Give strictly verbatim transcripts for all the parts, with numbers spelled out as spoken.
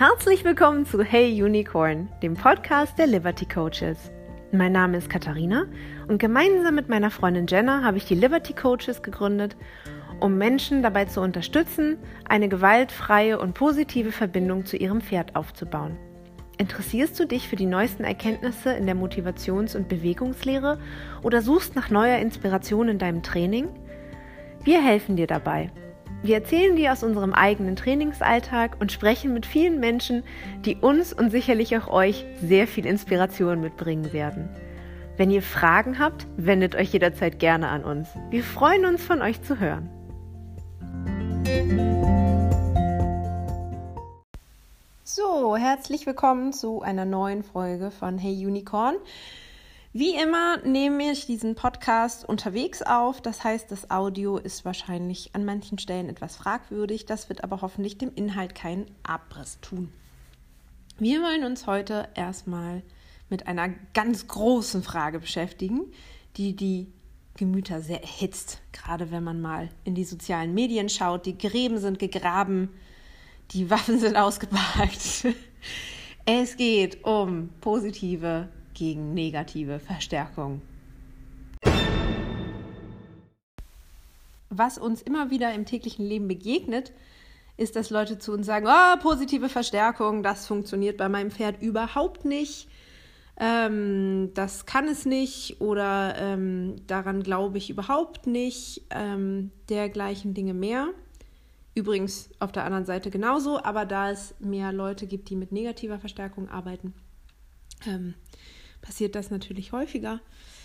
Herzlich willkommen zu Hey Unicorn, dem Podcast der Liberty Coaches. Mein Name ist Katharina und gemeinsam mit meiner Freundin Jenna habe ich die Liberty Coaches gegründet, um Menschen dabei zu unterstützen, eine gewaltfreie und positive Verbindung zu ihrem Pferd aufzubauen. Interessierst du dich für die neuesten Erkenntnisse in der Motivations- und Bewegungslehre oder suchst nach neuer Inspiration in deinem Training? Wir helfen dir dabei. Wir erzählen dir aus unserem eigenen Trainingsalltag und sprechen mit vielen Menschen, die uns und sicherlich auch euch sehr viel Inspiration mitbringen werden. Wenn ihr Fragen habt, wendet euch jederzeit gerne an uns. Wir freuen uns, von euch zu hören. So, herzlich willkommen zu einer neuen Folge von Hey Unicorn. Wie immer nehme ich diesen Podcast unterwegs auf, das heißt, das Audio ist wahrscheinlich an manchen Stellen etwas fragwürdig, das wird aber hoffentlich dem Inhalt keinen Abriss tun. Wir wollen uns heute erstmal mit einer ganz großen Frage beschäftigen, die die Gemüter sehr erhitzt, gerade wenn man mal in die sozialen Medien schaut, die Gräben sind gegraben, die Waffen sind ausgepackt. Es geht um positive gegen negative Verstärkung. Was uns immer wieder im täglichen Leben begegnet, ist, dass Leute zu uns sagen, oh, positive Verstärkung, das funktioniert bei meinem Pferd überhaupt nicht, ähm, das kann es nicht oder ähm, daran glaube ich überhaupt nicht, ähm, dergleichen Dinge mehr. Übrigens auf der anderen Seite genauso, aber da es mehr Leute gibt, die mit negativer Verstärkung arbeiten, ähm, passiert das natürlich häufiger.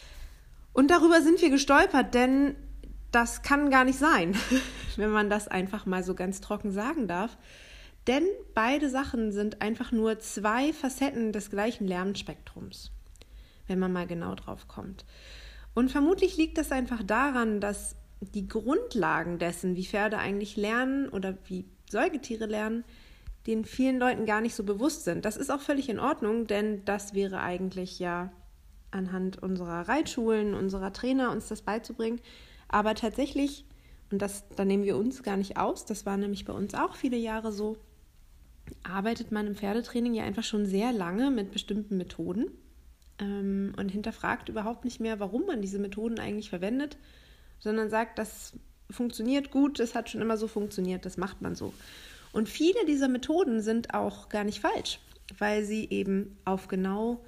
Und darüber sind wir gestolpert, denn das kann gar nicht sein, wenn man das einfach mal so ganz trocken sagen darf. Denn beide Sachen sind einfach nur zwei Facetten des gleichen Lernspektrums, wenn man mal genau drauf kommt. Und vermutlich liegt das einfach daran, dass die Grundlagen dessen, wie Pferde eigentlich lernen oder wie Säugetiere lernen, den vielen Leuten gar nicht so bewusst sind. Das ist auch völlig in Ordnung, denn das wäre eigentlich ja anhand unserer Reitschulen, unserer Trainer uns das beizubringen. Aber tatsächlich, und das, da nehmen wir uns gar nicht aus, das war nämlich bei uns auch viele Jahre so, arbeitet man im Pferdetraining ja einfach schon sehr lange mit bestimmten Methoden ähm, und hinterfragt überhaupt nicht mehr, warum man diese Methoden eigentlich verwendet, sondern sagt, das funktioniert gut, das hat schon immer so funktioniert, das macht man so. Und viele dieser Methoden sind auch gar nicht falsch, weil sie eben auf genau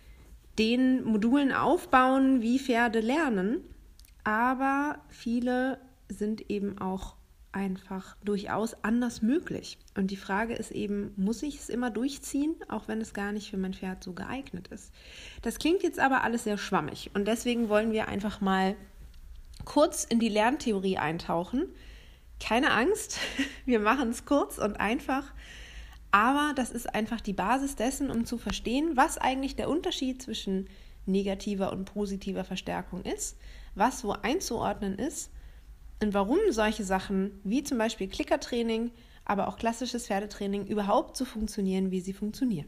den Modulen aufbauen, wie Pferde lernen. Aber viele sind eben auch einfach durchaus anders möglich. Und die Frage ist eben, muss ich es immer durchziehen, auch wenn es gar nicht für mein Pferd so geeignet ist? Das klingt jetzt aber alles sehr schwammig und deswegen wollen wir einfach mal kurz in die Lerntheorie eintauchen. Keine Angst, wir machen es kurz und einfach, aber das ist einfach die Basis dessen, um zu verstehen, was eigentlich der Unterschied zwischen negativer und positiver Verstärkung ist, was wo einzuordnen ist und warum solche Sachen wie zum Beispiel Klickertraining, aber auch klassisches Pferdetraining überhaupt so funktionieren, wie sie funktionieren.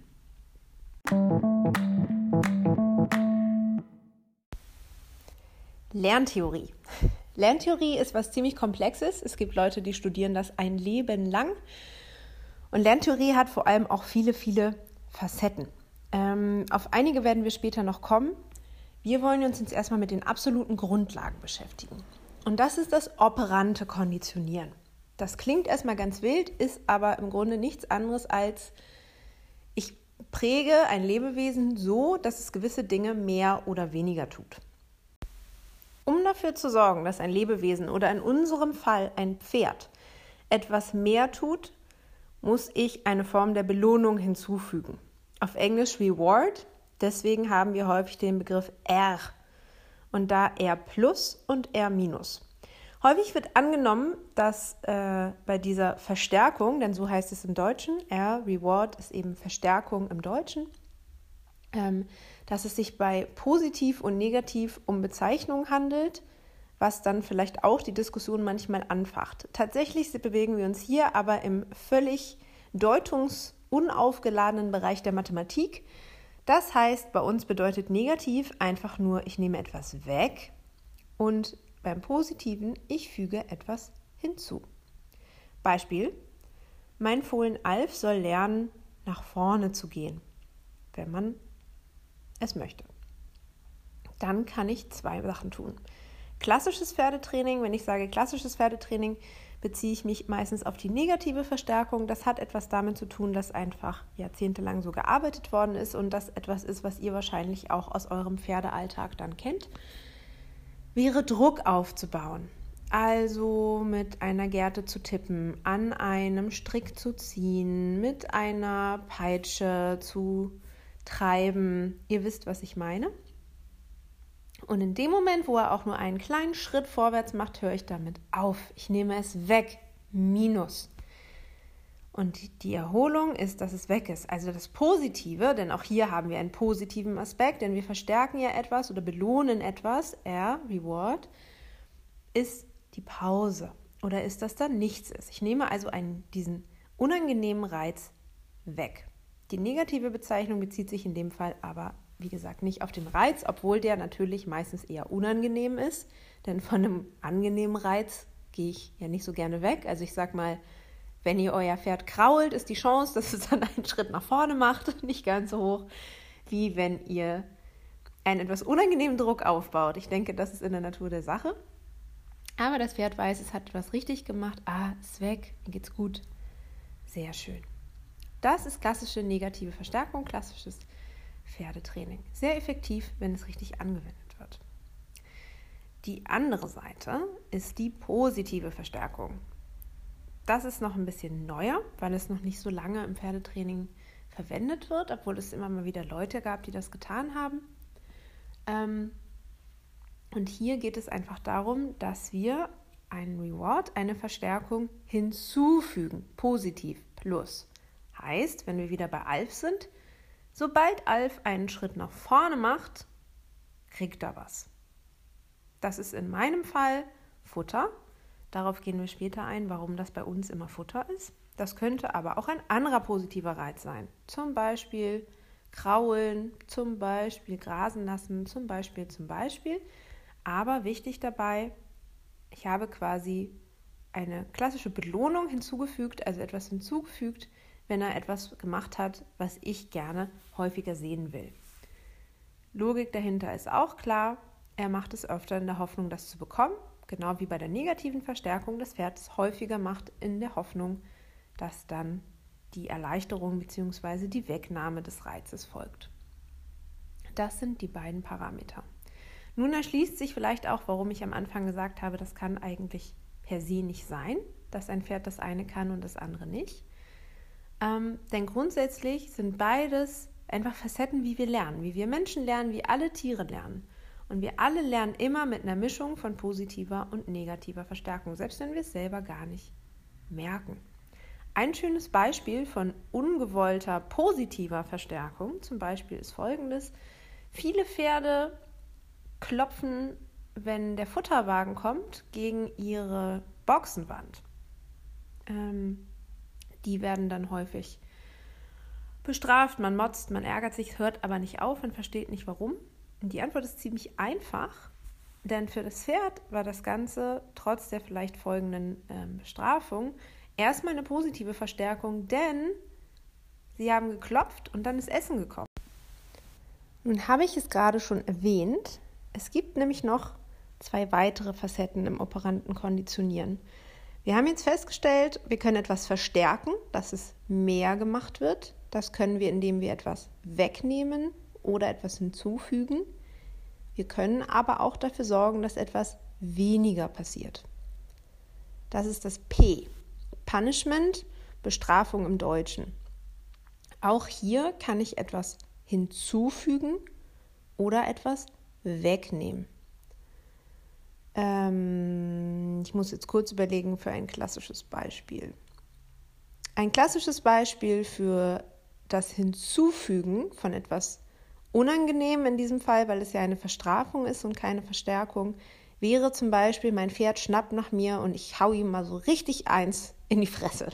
Lerntheorie. Lerntheorie ist was ziemlich Komplexes. Es gibt Leute, die studieren das ein Leben lang. Und Lerntheorie hat vor allem auch viele, viele Facetten. Ähm, auf einige werden wir später noch kommen. Wir wollen uns jetzt erstmal mit den absoluten Grundlagen beschäftigen. Und das ist das operante Konditionieren. Das klingt erstmal ganz wild, ist aber im Grunde nichts anderes als, ich präge ein Lebewesen so, dass es gewisse Dinge mehr oder weniger tut. Um dafür zu sorgen, dass ein Lebewesen oder in unserem Fall ein Pferd etwas mehr tut, muss ich eine Form der Belohnung hinzufügen. Auf Englisch Reward, deswegen haben wir häufig den Begriff R und da R plus und R minus. Häufig wird angenommen, dass äh, bei dieser Verstärkung, denn so heißt es im Deutschen, R, Reward ist eben Verstärkung im Deutschen, ähm, dass es sich bei positiv und negativ um Bezeichnungen handelt, was dann vielleicht auch die Diskussion manchmal anfacht. Tatsächlich bewegen wir uns hier aber im völlig deutungsunaufgeladenen Bereich der Mathematik. Das heißt, bei uns bedeutet negativ einfach nur, ich nehme etwas weg und beim Positiven, ich füge etwas hinzu. Beispiel, mein Fohlen Alf soll lernen, nach vorne zu gehen, wenn man es möchte. Dann kann ich zwei Sachen tun. Klassisches Pferdetraining, wenn ich sage klassisches Pferdetraining, beziehe ich mich meistens auf die negative Verstärkung. Das hat etwas damit zu tun, dass einfach jahrzehntelang so gearbeitet worden ist und das etwas ist, was ihr wahrscheinlich auch aus eurem Pferdealltag dann kennt, wäre Druck aufzubauen. Also mit einer Gerte zu tippen, an einem Strick zu ziehen, mit einer Peitsche zu treiben. Ihr wisst, was ich meine. Und in dem Moment, wo er auch nur einen kleinen Schritt vorwärts macht, höre ich damit auf. Ich nehme es weg. Minus. Und die Erholung ist, dass es weg ist. Also das Positive, denn auch hier haben wir einen positiven Aspekt, denn wir verstärken ja etwas oder belohnen etwas, R, Reward, ist die Pause oder ist, dass da nichts ist. Ich nehme also einen, diesen unangenehmen Reiz weg. Die negative Bezeichnung bezieht sich in dem Fall aber, wie gesagt, nicht auf den Reiz, obwohl der natürlich meistens eher unangenehm ist, denn von einem angenehmen Reiz gehe ich ja nicht so gerne weg. Also ich sag mal, wenn ihr euer Pferd krault, ist die Chance, dass es dann einen Schritt nach vorne macht, nicht ganz so hoch, wie wenn ihr einen etwas unangenehmen Druck aufbaut. Ich denke, das ist in der Natur der Sache. Aber das Pferd weiß, es hat etwas richtig gemacht. Ah, ist weg, mir geht's gut. Sehr schön. Das ist klassische negative Verstärkung, klassisches Pferdetraining. Sehr effektiv, wenn es richtig angewendet wird. Die andere Seite ist die positive Verstärkung. Das ist noch ein bisschen neuer, weil es noch nicht so lange im Pferdetraining verwendet wird, obwohl es immer mal wieder Leute gab, die das getan haben. Ähm, Und hier geht es einfach darum, dass wir einen Reward, eine Verstärkung hinzufügen, positiv, plus. Heißt, wenn wir wieder bei Alf sind, sobald Alf einen Schritt nach vorne macht, kriegt er was. Das ist in meinem Fall Futter. Darauf gehen wir später ein, warum das bei uns immer Futter ist. Das könnte aber auch ein anderer positiver Reiz sein. Zum Beispiel kraulen, zum Beispiel grasen lassen, zum Beispiel, zum Beispiel. Aber wichtig dabei, ich habe quasi eine klassische Belohnung hinzugefügt, also etwas hinzugefügt, wenn er etwas gemacht hat, was ich gerne häufiger sehen will. Logik dahinter ist auch klar, er macht es öfter in der Hoffnung, das zu bekommen, genau wie bei der negativen Verstärkung des Pferdes häufiger macht in der Hoffnung, dass dann die Erleichterung bzw. die Wegnahme des Reizes folgt. Das sind die beiden Parameter. Nun erschließt sich vielleicht auch, warum ich am Anfang gesagt habe, das kann eigentlich per se nicht sein, dass ein Pferd das eine kann und das andere nicht. Ähm, denn grundsätzlich sind beides einfach Facetten, wie wir lernen, wie wir Menschen lernen, wie alle Tiere lernen. Und wir alle lernen immer mit einer Mischung von positiver und negativer Verstärkung, selbst wenn wir es selber gar nicht merken. Ein schönes Beispiel von ungewollter positiver Verstärkung zum Beispiel ist folgendes. Viele Pferde klopfen, wenn der Futterwagen kommt, gegen ihre Boxenwand. Ähm, die werden dann häufig bestraft, man motzt, man ärgert sich, hört aber nicht auf und versteht nicht warum. Und die Antwort ist ziemlich einfach, denn für das Pferd war das Ganze trotz der vielleicht folgenden ähm, Bestrafung erstmal eine positive Verstärkung, denn sie haben geklopft und dann ist Essen gekommen. Nun habe ich es gerade schon erwähnt, es gibt nämlich noch zwei weitere Facetten im operanten Konditionieren. Wir haben jetzt festgestellt, wir können etwas verstärken, dass es mehr gemacht wird. Das können wir, indem wir etwas wegnehmen oder etwas hinzufügen. Wir können aber auch dafür sorgen, dass etwas weniger passiert. Das ist das P. Punishment, Bestrafung im Deutschen. Auch hier kann ich etwas hinzufügen oder etwas wegnehmen. Ähm, ich muss jetzt kurz überlegen für ein klassisches Beispiel. Ein klassisches Beispiel für das Hinzufügen von etwas unangenehm in diesem Fall, weil es ja eine Verstrafung ist und keine Verstärkung, wäre zum Beispiel, mein Pferd schnappt nach mir und ich hau ihm mal so richtig eins in die Fresse.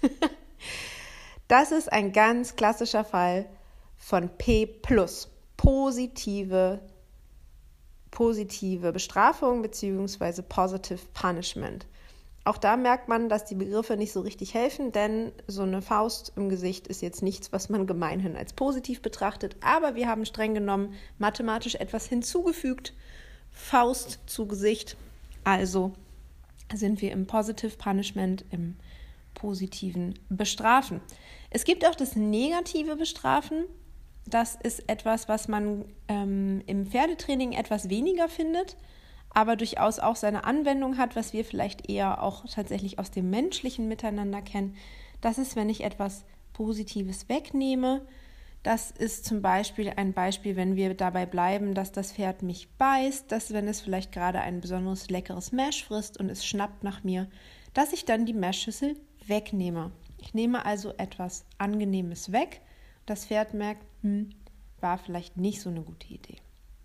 Das ist ein ganz klassischer Fall von P plus, positive, positive Bestrafung bzw. Positive Punishment. Auch da merkt man, dass die Begriffe nicht so richtig helfen, denn so eine Faust im Gesicht ist jetzt nichts, was man gemeinhin als positiv betrachtet. Aber wir haben streng genommen mathematisch etwas hinzugefügt. Faust zu Gesicht. Also sind wir im Positive Punishment, im positiven Bestrafen. Es gibt auch das negative Bestrafen. Das ist etwas, was man ähm, im Pferdetraining etwas weniger findet, aber durchaus auch seine Anwendung hat, was wir vielleicht eher auch tatsächlich aus dem menschlichen Miteinander kennen. Das ist, wenn ich etwas Positives wegnehme. Das ist zum Beispiel ein Beispiel, wenn wir dabei bleiben, dass das Pferd mich beißt, dass wenn es vielleicht gerade ein besonders leckeres Mesh frisst und es schnappt nach mir, dass ich dann die Meshschüssel wegnehme. Ich nehme also etwas Angenehmes weg. Das Pferd merkt, hm, war vielleicht nicht so eine gute Idee.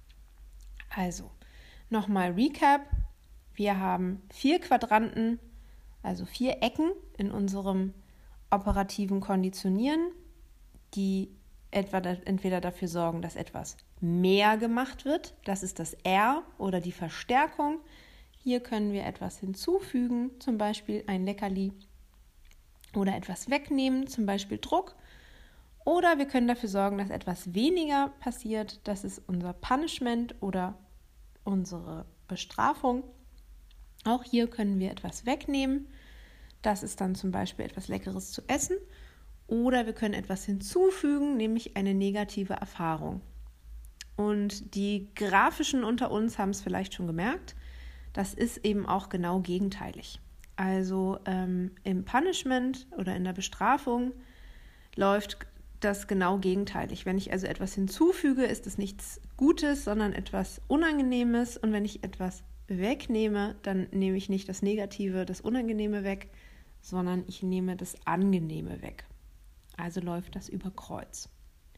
Also, nochmal Recap. Wir haben vier Quadranten, also vier Ecken in unserem operativen Konditionieren, die etwa entweder dafür sorgen, dass etwas mehr gemacht wird. Das ist das R oder die Verstärkung. Hier können wir etwas hinzufügen, zum Beispiel ein Leckerli, oder etwas wegnehmen, zum Beispiel Druck. Oder wir können dafür sorgen, dass etwas weniger passiert. Das ist unser Punishment oder unsere Bestrafung. Auch hier können wir etwas wegnehmen. Das ist dann zum Beispiel etwas Leckeres zu essen. Oder wir können etwas hinzufügen, nämlich eine negative Erfahrung. Und die Grafischen unter uns haben es vielleicht schon gemerkt. Das ist eben auch genau gegenteilig. Also ähm, im Punishment oder in der Bestrafung läuft das genau gegenteilig. Wenn ich also etwas hinzufüge, ist es nichts Gutes, sondern etwas Unangenehmes. Und wenn ich etwas wegnehme, dann nehme ich nicht das Negative, das Unangenehme weg, sondern ich nehme das Angenehme weg. Also läuft das über Kreuz.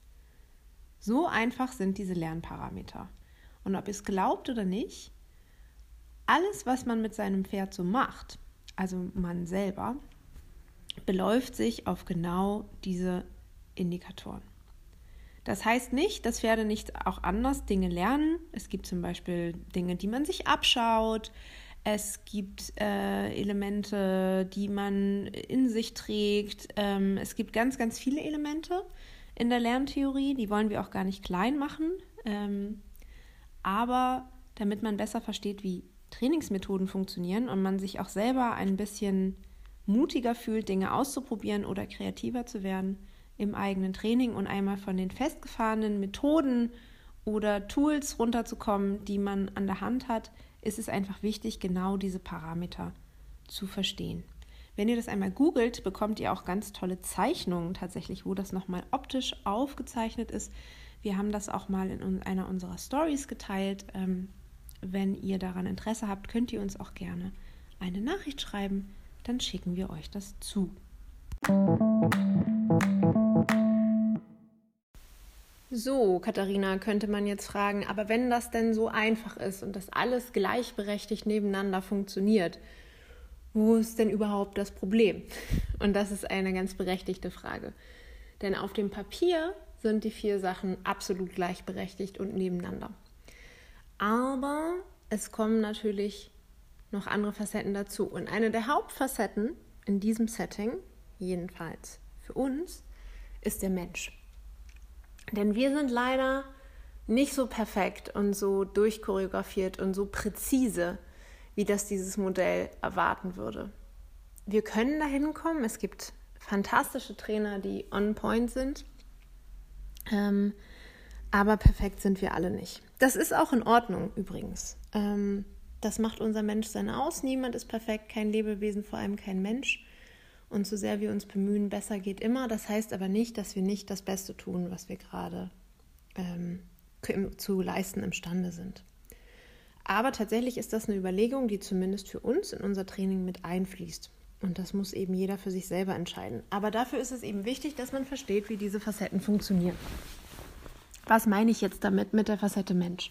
So einfach sind diese Lernparameter. Und ob ihr es glaubt oder nicht, alles, was man mit seinem Pferd so macht, also man selber, beläuft sich auf genau diese Indikatoren. Das heißt nicht, dass Pferde nicht auch anders Dinge lernen. Es gibt zum Beispiel Dinge, die man sich abschaut. Es gibt äh, Elemente, die man in sich trägt. Ähm, es gibt ganz, ganz viele Elemente in der Lerntheorie. Die wollen wir auch gar nicht klein machen. Ähm, aber damit man besser versteht, wie Trainingsmethoden funktionieren und man sich auch selber ein bisschen mutiger fühlt, Dinge auszuprobieren oder kreativer zu werden im eigenen Training und einmal von den festgefahrenen Methoden oder Tools runterzukommen, die man an der Hand hat, ist es einfach wichtig, genau diese Parameter zu verstehen. Wenn ihr das einmal googelt, bekommt ihr auch ganz tolle Zeichnungen tatsächlich, wo das nochmal optisch aufgezeichnet ist. Wir haben das auch mal in einer unserer Stories geteilt. Wenn ihr daran Interesse habt, könnt ihr uns auch gerne eine Nachricht schreiben, dann schicken wir euch das zu. So, Katharina, könnte man jetzt fragen, aber wenn das denn so einfach ist und das alles gleichberechtigt nebeneinander funktioniert, wo ist denn überhaupt das Problem? Und das ist eine ganz berechtigte Frage. Denn auf dem Papier sind die vier Sachen absolut gleichberechtigt und nebeneinander. Aber es kommen natürlich noch andere Facetten dazu. Und eine der Hauptfacetten in diesem Setting, jedenfalls für uns, ist der Mensch. Denn wir sind leider nicht so perfekt und so durchchoreografiert und so präzise, wie das dieses Modell erwarten würde. Wir können dahin kommen. Es gibt fantastische Trainer, die on point sind. Ähm, aber perfekt sind wir alle nicht. Das ist auch in Ordnung übrigens. Ähm, das macht unser Menschsein aus. Niemand ist perfekt, kein Lebewesen, vor allem kein Mensch. Und so sehr wir uns bemühen, besser geht immer. Das heißt aber nicht, dass wir nicht das Beste tun, was wir gerade ähm, zu leisten imstande sind. Aber tatsächlich ist das eine Überlegung, die zumindest für uns in unser Training mit einfließt. Und das muss eben jeder für sich selber entscheiden. Aber dafür ist es eben wichtig, dass man versteht, wie diese Facetten funktionieren. Was meine ich jetzt damit mit der Facette Mensch?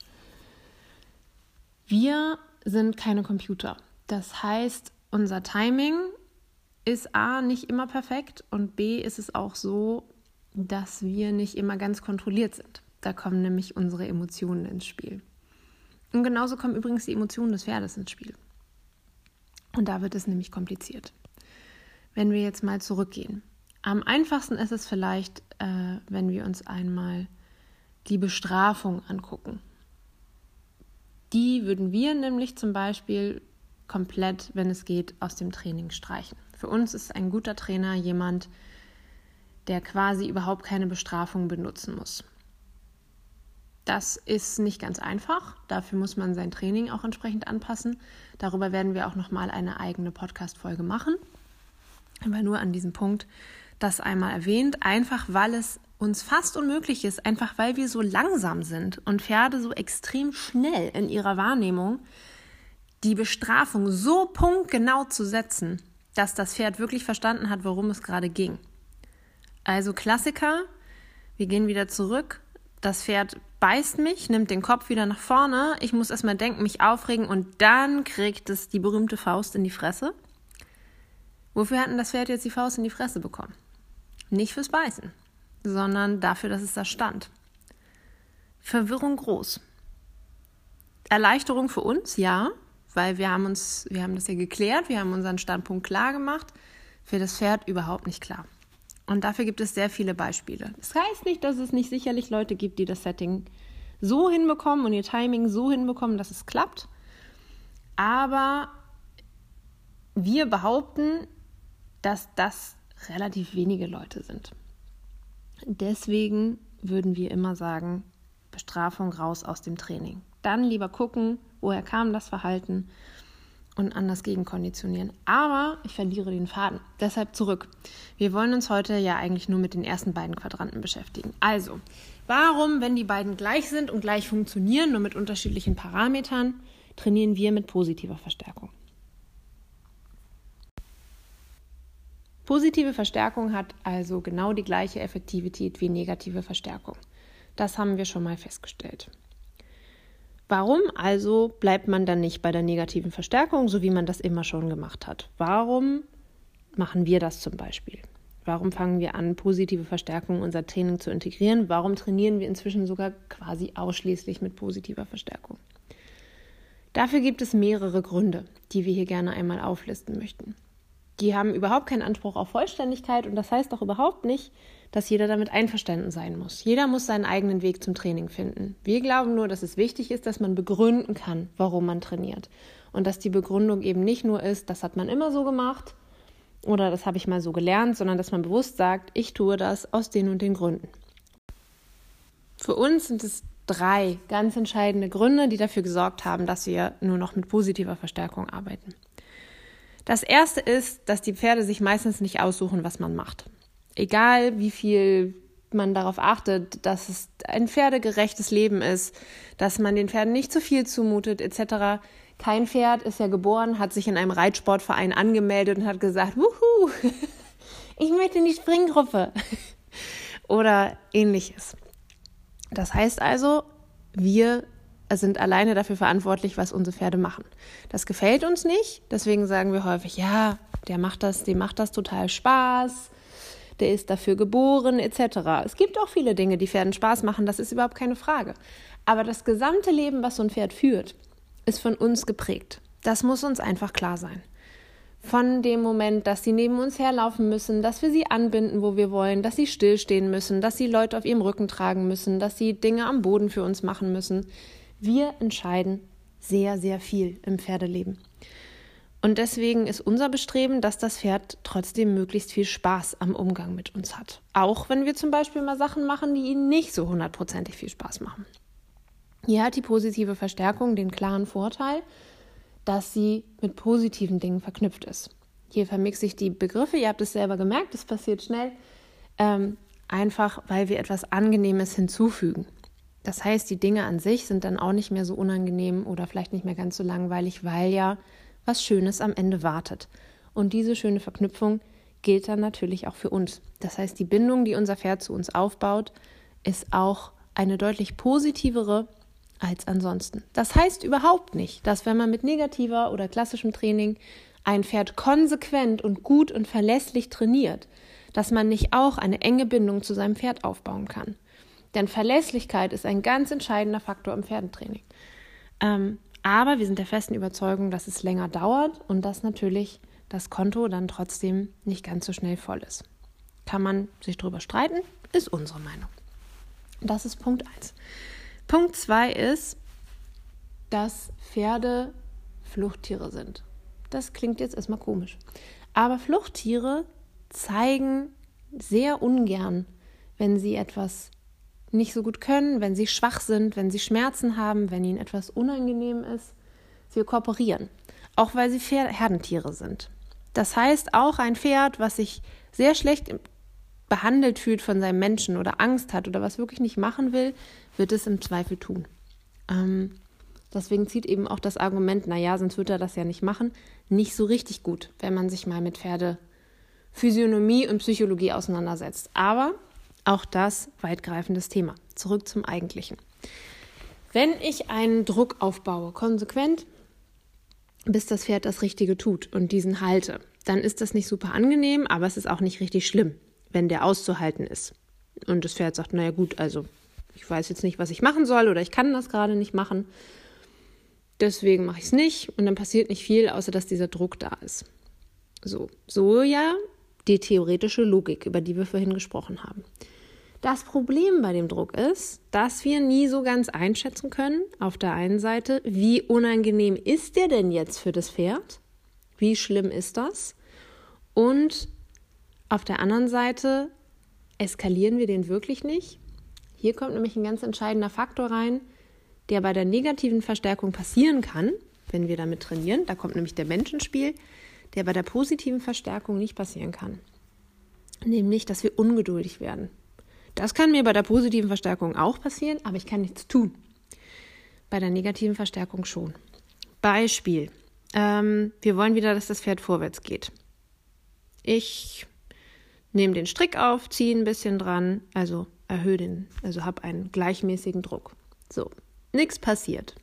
Wir sind keine Computer. Das heißt, unser Timing ist A, nicht immer perfekt und B, ist es auch so, dass wir nicht immer ganz kontrolliert sind. Da kommen nämlich unsere Emotionen ins Spiel. Und genauso kommen übrigens die Emotionen des Pferdes ins Spiel. Und da wird es nämlich kompliziert. Wenn wir jetzt mal zurückgehen. Am einfachsten ist es vielleicht, äh, wenn wir uns einmal die Bestrafung angucken. Die würden wir nämlich zum Beispiel komplett, wenn es geht, aus dem Training streichen. Für uns ist ein guter Trainer jemand, der quasi überhaupt keine Bestrafung benutzen muss. Das ist nicht ganz einfach. Dafür muss man sein Training auch entsprechend anpassen. Darüber werden wir auch nochmal eine eigene Podcast-Folge machen. Aber nur an diesem Punkt das einmal erwähnt, einfach weil es uns fast unmöglich ist, einfach weil wir so langsam sind und Pferde so extrem schnell in ihrer Wahrnehmung, die Bestrafung so punktgenau zu setzen, dass das Pferd wirklich verstanden hat, worum es gerade ging. Also Klassiker, wir gehen wieder zurück, das Pferd beißt mich, nimmt den Kopf wieder nach vorne, ich muss erstmal denken, mich aufregen und dann kriegt es die berühmte Faust in die Fresse. Wofür hat denn das Pferd jetzt die Faust in die Fresse bekommen? Nicht fürs Beißen, sondern dafür, dass es da stand. Verwirrung groß. Erleichterung für uns, ja, weil wir haben uns, wir haben das ja geklärt, wir haben unseren Standpunkt klar gemacht, für das Pferd überhaupt nicht klar. Und dafür gibt es sehr viele Beispiele. Das heißt nicht, dass es nicht sicherlich Leute gibt, die das Setting so hinbekommen und ihr Timing so hinbekommen, dass es klappt. Aber wir behaupten, dass das relativ wenige Leute sind. Deswegen würden wir immer sagen, Bestrafung raus aus dem Training. Dann lieber gucken, woher kam das Verhalten und anders gegenkonditionieren. Aber ich verliere den Faden. Deshalb zurück. Wir wollen uns heute ja eigentlich nur mit den ersten beiden Quadranten beschäftigen. Also, warum, wenn die beiden gleich sind und gleich funktionieren, nur mit unterschiedlichen Parametern, trainieren wir mit positiver Verstärkung? Positive Verstärkung hat also genau die gleiche Effektivität wie negative Verstärkung. Das haben wir schon mal festgestellt. Warum also bleibt man dann nicht bei der negativen Verstärkung, so wie man das immer schon gemacht hat? Warum machen wir das zum Beispiel? Warum fangen wir an, positive Verstärkung in unser Training zu integrieren? Warum trainieren wir inzwischen sogar quasi ausschließlich mit positiver Verstärkung? Dafür gibt es mehrere Gründe, die wir hier gerne einmal auflisten möchten. Die haben überhaupt keinen Anspruch auf Vollständigkeit und das heißt auch überhaupt nicht, dass jeder damit einverstanden sein muss. Jeder muss seinen eigenen Weg zum Training finden. Wir glauben nur, dass es wichtig ist, dass man begründen kann, warum man trainiert. Und dass die Begründung eben nicht nur ist, das hat man immer so gemacht oder das habe ich mal so gelernt, sondern dass man bewusst sagt, ich tue das aus den und den Gründen. Für uns sind es drei ganz entscheidende Gründe, die dafür gesorgt haben, dass wir nur noch mit positiver Verstärkung arbeiten. Das erste ist, dass die Pferde sich meistens nicht aussuchen, was man macht. Egal, wie viel man darauf achtet, dass es ein pferdegerechtes Leben ist, dass man den Pferden nicht zu viel zumutet, et cetera. Kein Pferd ist ja geboren, hat sich in einem Reitsportverein angemeldet und hat gesagt, wuhu, ich möchte in die Springgruppe oder ähnliches. Das heißt also, wir sind alleine dafür verantwortlich, was unsere Pferde machen. Das gefällt uns nicht, deswegen sagen wir häufig, ja, der macht das, dem macht das total Spaß, der ist dafür geboren, et cetera. Es gibt auch viele Dinge, die Pferden Spaß machen, das ist überhaupt keine Frage. Aber das gesamte Leben, was so ein Pferd führt, ist von uns geprägt. Das muss uns einfach klar sein. Von dem Moment, dass sie neben uns herlaufen müssen, dass wir sie anbinden, wo wir wollen, dass sie stillstehen müssen, dass sie Leute auf ihrem Rücken tragen müssen, dass sie Dinge am Boden für uns machen müssen. Wir entscheiden sehr, sehr viel im Pferdeleben. Und deswegen ist unser Bestreben, dass das Pferd trotzdem möglichst viel Spaß am Umgang mit uns hat. Auch wenn wir zum Beispiel mal Sachen machen, die ihnen nicht so hundertprozentig viel Spaß machen. Hier hat die positive Verstärkung den klaren Vorteil, dass sie mit positiven Dingen verknüpft ist. Hier vermixe ich die Begriffe, ihr habt es selber gemerkt, das passiert schnell, ähm, einfach weil wir etwas Angenehmes hinzufügen. Das heißt, die Dinge an sich sind dann auch nicht mehr so unangenehm oder vielleicht nicht mehr ganz so langweilig, weil ja was Schönes am Ende wartet. Und diese schöne Verknüpfung gilt dann natürlich auch für uns. Das heißt, die Bindung, die unser Pferd zu uns aufbaut, ist auch eine deutlich positivere als ansonsten. Das heißt überhaupt nicht, dass wenn man mit negativer oder klassischem Training ein Pferd konsequent und gut und verlässlich trainiert, dass man nicht auch eine enge Bindung zu seinem Pferd aufbauen kann. Denn Verlässlichkeit ist ein ganz entscheidender Faktor im Pferdetraining. Ähm, Aber wir sind der festen Überzeugung, dass es länger dauert und dass natürlich das Konto dann trotzdem nicht ganz so schnell voll ist. Kann man sich drüber streiten, ist unsere Meinung. Das ist Punkt eins. Punkt zwei ist, dass Pferde Fluchttiere sind. Das klingt jetzt erstmal komisch. Aber Fluchttiere zeigen sehr ungern, wenn sie etwas nicht so gut können, wenn sie schwach sind, wenn sie Schmerzen haben, wenn ihnen etwas unangenehm ist. Sie kooperieren, auch weil sie Herdentiere sind. Das heißt, auch ein Pferd, was sich sehr schlecht behandelt fühlt von seinem Menschen oder Angst hat oder was wirklich nicht machen will, wird es im Zweifel tun. Ähm, deswegen zieht eben auch das Argument, naja, sonst wird er das ja nicht machen, nicht so richtig gut, wenn man sich mal mit Pferdephysiognomie und Psychologie auseinandersetzt. Aber auch das weitgreifendes Thema. Zurück zum Eigentlichen. Wenn ich einen Druck aufbaue, konsequent, bis das Pferd das Richtige tut und diesen halte, dann ist das nicht super angenehm, aber es ist auch nicht richtig schlimm, wenn der auszuhalten ist. Und das Pferd sagt, naja gut, also ich weiß jetzt nicht, was ich machen soll oder ich kann das gerade nicht machen. Deswegen mache ich es nicht und dann passiert nicht viel, außer dass dieser Druck da ist. So, so ja die theoretische Logik, über die wir vorhin gesprochen haben. Das Problem bei dem Druck ist, dass wir nie so ganz einschätzen können, auf der einen Seite, wie unangenehm ist der denn jetzt für das Pferd? Wie schlimm ist das? Und auf der anderen Seite, eskalieren wir den wirklich nicht? Hier kommt nämlich ein ganz entscheidender Faktor rein, der bei der negativen Verstärkung passieren kann, wenn wir damit trainieren. Da kommt nämlich der Mensch ins Spiel, der bei der positiven Verstärkung nicht passieren kann. Nämlich, dass wir ungeduldig werden. Das kann mir bei der positiven Verstärkung auch passieren, aber ich kann nichts tun. Bei der negativen Verstärkung schon. Beispiel. Ähm, wir wollen wieder, dass das Pferd vorwärts geht. Ich nehme den Strick auf, ziehe ein bisschen dran, also erhöhe den, also habe einen gleichmäßigen Druck. So, nichts passiert.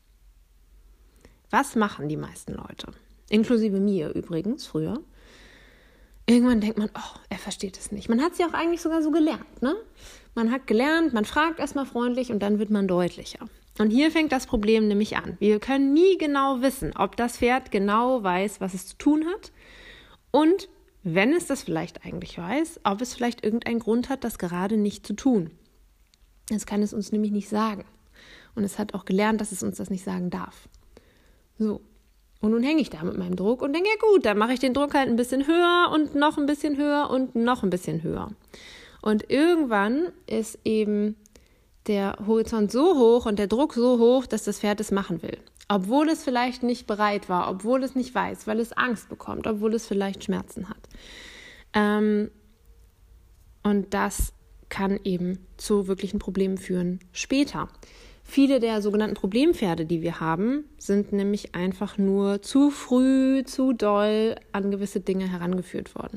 Was machen die meisten Leute? Inklusive mir übrigens früher. Irgendwann denkt man, oh, er versteht es nicht. Man hat es ja auch eigentlich sogar so gelernt, ne? Man hat gelernt, man fragt erstmal freundlich und dann wird man deutlicher. Und hier fängt das Problem nämlich an. Wir können nie genau wissen, ob das Pferd genau weiß, was es zu tun hat. Und wenn es das vielleicht eigentlich weiß, ob es vielleicht irgendeinen Grund hat, das gerade nicht zu tun. Das kann es uns nämlich nicht sagen. Und es hat auch gelernt, dass es uns das nicht sagen darf. So. Und nun hänge ich da mit meinem Druck und denke, ja gut, dann mache ich den Druck halt ein bisschen höher und noch ein bisschen höher und noch ein bisschen höher. Und irgendwann ist eben der Horizont so hoch und der Druck so hoch, dass das Pferd es machen will. Obwohl es vielleicht nicht bereit war, obwohl es nicht weiß, weil es Angst bekommt, obwohl es vielleicht Schmerzen hat. Ähm, und das kann eben zu wirklichen Problemen führen später. Viele der sogenannten Problempferde, die wir haben, sind nämlich einfach nur zu früh, zu doll an gewisse Dinge herangeführt worden.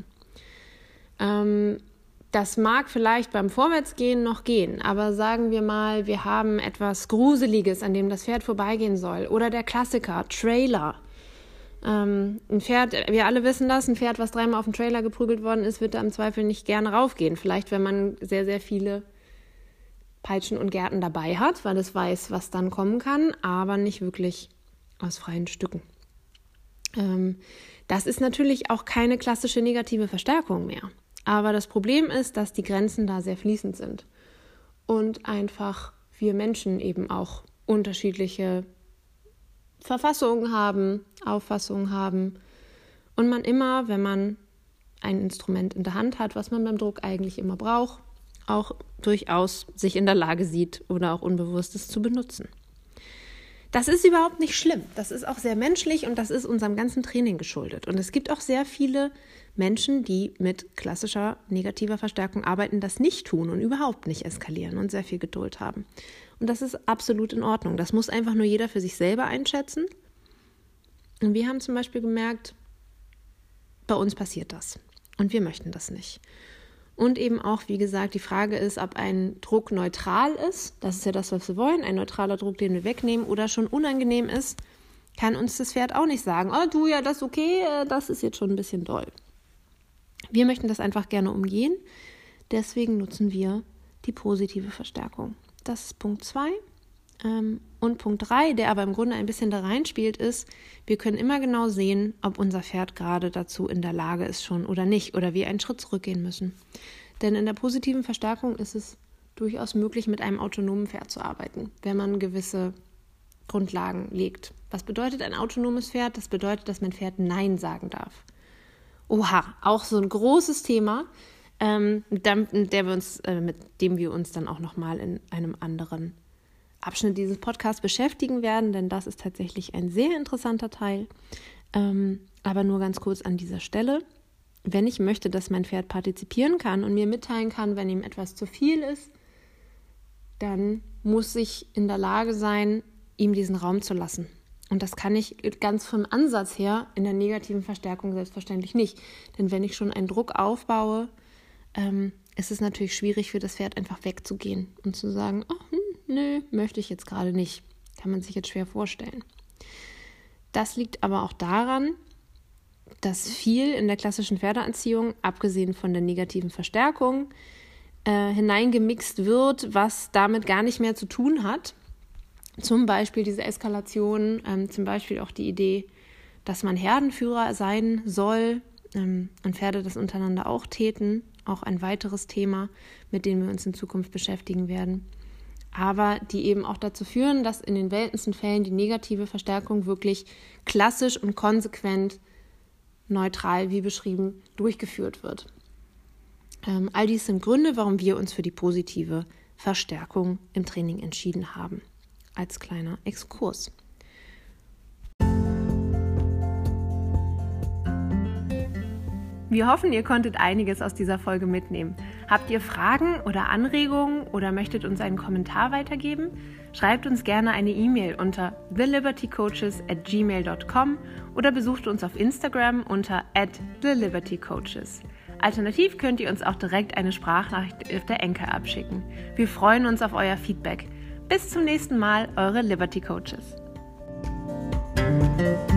Ähm, das mag vielleicht beim Vorwärtsgehen noch gehen, aber sagen wir mal, wir haben etwas Gruseliges, an dem das Pferd vorbeigehen soll. Oder der Klassiker, Trailer. Ähm, ein Pferd, wir alle wissen das, ein Pferd, was dreimal auf den Trailer geprügelt worden ist, wird da im Zweifel nicht gerne raufgehen. Vielleicht, wenn man sehr, sehr viele Peitschen und Gärten dabei hat, weil es weiß, was dann kommen kann, aber nicht wirklich aus freien Stücken. Ähm, das ist natürlich auch keine klassische negative Verstärkung mehr. Aber das Problem ist, dass die Grenzen da sehr fließend sind und einfach wir Menschen eben auch unterschiedliche Verfassungen haben, Auffassungen haben und man immer, wenn man ein Instrument in der Hand hat, was man beim Druck eigentlich immer braucht, auch durchaus sich in der Lage sieht oder auch Unbewusstes zu benutzen. Das ist überhaupt nicht schlimm. Das ist auch sehr menschlich und das ist unserem ganzen Training geschuldet. Und es gibt auch sehr viele Menschen, die mit klassischer negativer Verstärkung arbeiten, das nicht tun und überhaupt nicht eskalieren und sehr viel Geduld haben. Und das ist absolut in Ordnung. Das muss einfach nur jeder für sich selber einschätzen. Und wir haben zum Beispiel gemerkt, bei uns passiert das. Und wir möchten das nicht. Und eben auch, wie gesagt, die Frage ist, ob ein Druck neutral ist. Das ist ja das, was wir wollen. Ein neutraler Druck, den wir wegnehmen oder schon unangenehm ist, kann uns das Pferd auch nicht sagen, oh du, ja, das ist okay, das ist jetzt schon ein bisschen doll. Wir möchten das einfach gerne umgehen. Deswegen nutzen wir die positive Verstärkung. Das ist Punkt zwei. Ähm, und Punkt drei, der aber im Grunde ein bisschen da reinspielt, ist, wir können immer genau sehen, ob unser Pferd gerade dazu in der Lage ist schon oder nicht oder wir einen Schritt zurückgehen müssen. Denn in der positiven Verstärkung ist es durchaus möglich, mit einem autonomen Pferd zu arbeiten, wenn man gewisse Grundlagen legt. Was bedeutet ein autonomes Pferd? Das bedeutet, dass mein Pferd Nein sagen darf. Oha, auch so ein großes Thema, ähm, der wir uns, äh, mit dem wir uns dann auch nochmal in einem anderen Abschnitt dieses Podcasts beschäftigen werden, denn das ist tatsächlich ein sehr interessanter Teil. Ähm, aber nur ganz kurz an dieser Stelle. Wenn ich möchte, dass mein Pferd partizipieren kann und mir mitteilen kann, wenn ihm etwas zu viel ist, dann muss ich in der Lage sein, ihm diesen Raum zu lassen. Und das kann ich ganz vom Ansatz her in der negativen Verstärkung selbstverständlich nicht. Denn wenn ich schon einen Druck aufbaue, ähm, ist es natürlich schwierig für das Pferd einfach wegzugehen und zu sagen, oh, hm, nö, möchte ich jetzt gerade nicht. Kann man sich jetzt schwer vorstellen. Das liegt aber auch daran, dass viel in der klassischen Pferdeanziehung, abgesehen von der negativen Verstärkung, äh, hineingemixt wird, was damit gar nicht mehr zu tun hat. Zum Beispiel diese Eskalation, ähm, zum Beispiel auch die Idee, dass man Herdenführer sein soll ähm, und Pferde das untereinander auch täten. Auch ein weiteres Thema, mit dem wir uns in Zukunft beschäftigen werden. Aber die eben auch dazu führen, dass in den seltensten Fällen die negative Verstärkung wirklich klassisch und konsequent, neutral, wie beschrieben, durchgeführt wird. Ähm, all dies sind Gründe, warum wir uns für die positive Verstärkung im Training entschieden haben. Als kleiner Exkurs. Wir hoffen, ihr konntet einiges aus dieser Folge mitnehmen. Habt ihr Fragen oder Anregungen oder möchtet uns einen Kommentar weitergeben? Schreibt uns gerne eine E-Mail unter the liberty coaches at gmail dot com oder besucht uns auf Instagram unter at the liberty coaches. Alternativ könnt ihr uns auch direkt eine Sprachnachricht auf der Anchor-App schicken. Wir freuen uns auf euer Feedback. Bis zum nächsten Mal, eure Liberty Coaches.